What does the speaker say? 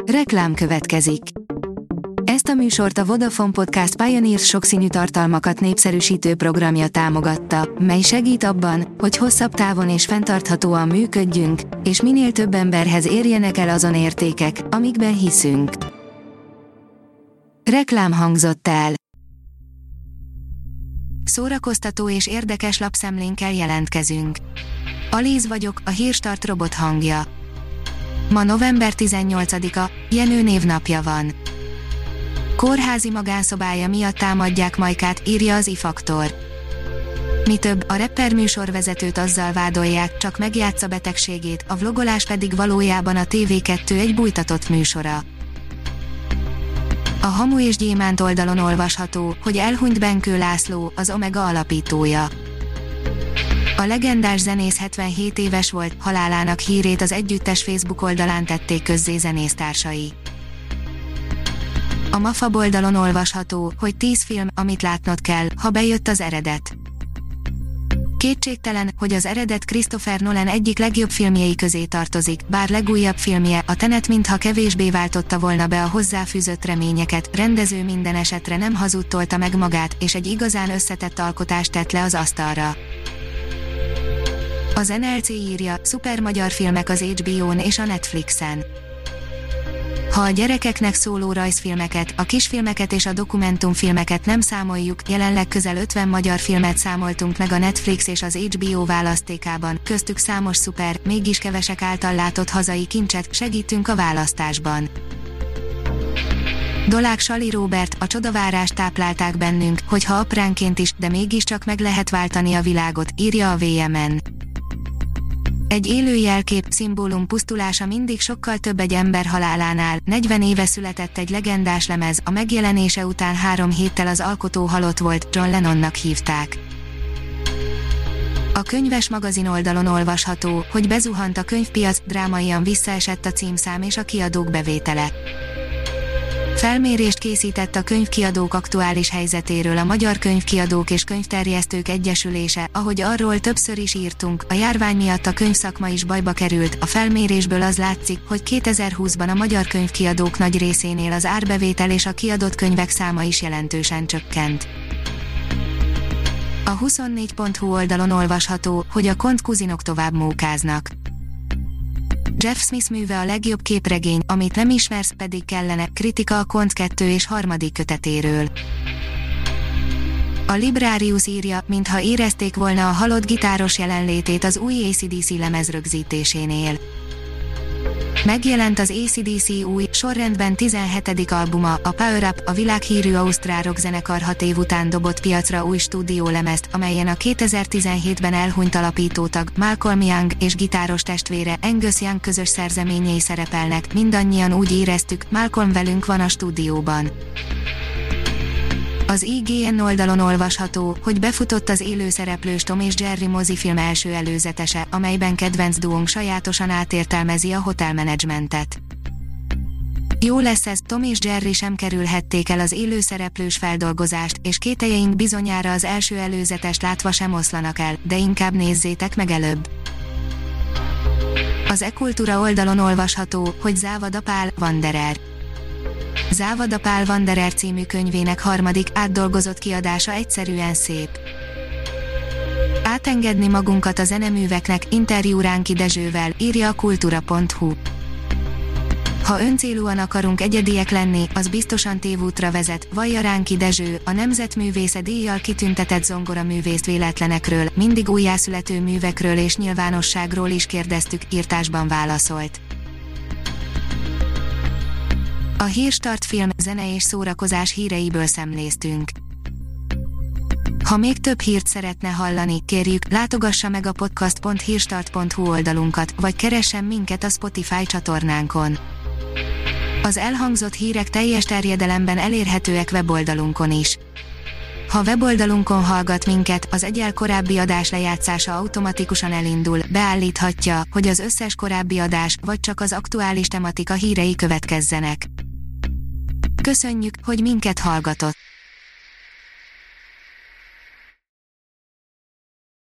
Reklám következik. Ezt a műsort a Vodafone Podcast Pioneers sokszínű tartalmakat népszerűsítő programja támogatta, mely segít abban, hogy hosszabb távon és fenntarthatóan működjünk, és minél több emberhez érjenek el azon értékek, amikben hiszünk. Reklám hangzott el. Szórakoztató és érdekes lapszemlénkkel jelentkezünk. Alíz vagyok, a Hírstart robot hangja. Ma november 18-a, Jenő névnapja van. Kórházi magánszobája miatt támadják Majkát, írja az iFaktor. Mi több, a rapper műsorvezetőt azzal vádolják, csak megjátsza betegségét, a vlogolás pedig valójában a TV2 egy bújtatott műsora. A Hamu és Gyémánt oldalon olvasható, hogy elhunyt Benkő László, az Omega alapítója. A legendás zenész 77 éves volt, halálának hírét az együttes Facebook oldalán tették közzé zenésztársai. A MAFA oldalon olvasható, hogy 10 film, amit látnod kell, ha bejött az eredet. Kétségtelen, hogy az eredet Christopher Nolan egyik legjobb filmjei közé tartozik, bár legújabb filmje, a Tenet mintha kevésbé váltotta volna be a hozzáfűzött reményeket, rendező minden esetre nem hazudtolta meg magát, és egy igazán összetett alkotást tett le az asztalra. Az NLC írja, szuper magyar filmek az HBO-n és a Netflixen. Ha a gyerekeknek szóló rajzfilmeket, a kisfilmeket és a dokumentumfilmeket nem számoljuk, jelenleg közel 50 magyar filmet számoltunk meg a Netflix és az HBO választékában, köztük számos szuper, mégis kevesek által látott hazai kincset, segítünk a választásban. Dolák Sali Róbert, a csodavárást táplálták bennünk, hogyha apránként is, de mégiscsak meg lehet váltani a világot, írja a VMN. Egy élő jelkép, szimbólum pusztulása mindig sokkal több egy ember halálánál. 40 éve született egy legendás lemez, a megjelenése után 3 héttel az alkotó halott volt, John Lennonnak hívták. A Könyves magazin oldalon olvasható, hogy bezuhant a könyvpiac, drámaian visszaesett a címszám és a kiadók bevétele. Felmérést készített a könyvkiadók aktuális helyzetéről a Magyar Könyvkiadók és Könyvterjesztők Egyesülése, ahogy arról többször is írtunk, a járvány miatt a könyvszakma is bajba került, a felmérésből az látszik, hogy 2020-ban a magyar könyvkiadók nagy részénél az árbevétel és a kiadott könyvek száma is jelentősen csökkent. A 24.hu oldalon olvasható, hogy a Kont kuzinok tovább mókáznak. Jeff Smith műve a legjobb képregény, amit nem ismersz, pedig kellene, kritika a Kont 2 és 3. kötetéről. A Librarius írja, mintha érezték volna a halott gitáros jelenlétét az új AC/DC lemez rögzítésénél. Megjelent az AC/DC új, sorrendben 17. albuma, a Power Up, a világhírű ausztrál rockzenekar 6 év után dobott piacra új stúdiólemezt, amelyen a 2017-ben elhunyt alapítótag, Malcolm Young és gitáros testvére, Angus Young közös szerzeményei szerepelnek, mindannyian úgy éreztük, Malcolm velünk van a stúdióban. Az IGN oldalon olvasható, hogy befutott az élőszereplős Tom és Jerry mozifilm első előzetese, amelyben kedvenc duónk sajátosan átértelmezi a hotelmenedzsmentet. Jó lesz ez, Tom és Jerry sem kerülhették el az élőszereplős feldolgozást, és kételyeink bizonyára az első előzetest látva sem oszlanak el, de inkább nézzétek meg előbb. Az e-kultúra oldalon olvasható, hogy Závada Pál, Wanderer. Závada Pál Wanderer című könyvének 3. átdolgozott kiadása egyszerűen szép. Átengedni magunkat a zeneműveknek, interjú Ránki Dezsővel, írja a kultura.hu. Ha öncélúan akarunk egyediek lenni, az biztosan tévútra vezet, vallja Ránki Dezső, a Nemzetművésze díjjal kitüntetett zongoraművészt véletlenekről, mindig újjászülető művekről és nyilvánosságról is kérdeztük, írtásban válaszolt. A Hírstart film, zene és szórakozás híreiből szemléztünk. Ha még több hírt szeretne hallani, kérjük, látogassa meg a podcast.hírstart.hu oldalunkat, vagy keressen minket a Spotify csatornánkon. Az elhangzott hírek teljes terjedelemben elérhetőek weboldalunkon is. Ha weboldalunkon hallgat minket, az egyel korábbi adás lejátszása automatikusan elindul, beállíthatja, hogy az összes korábbi adás, vagy csak az aktuális tematika hírei következzenek. Köszönjük, hogy minket hallgatott!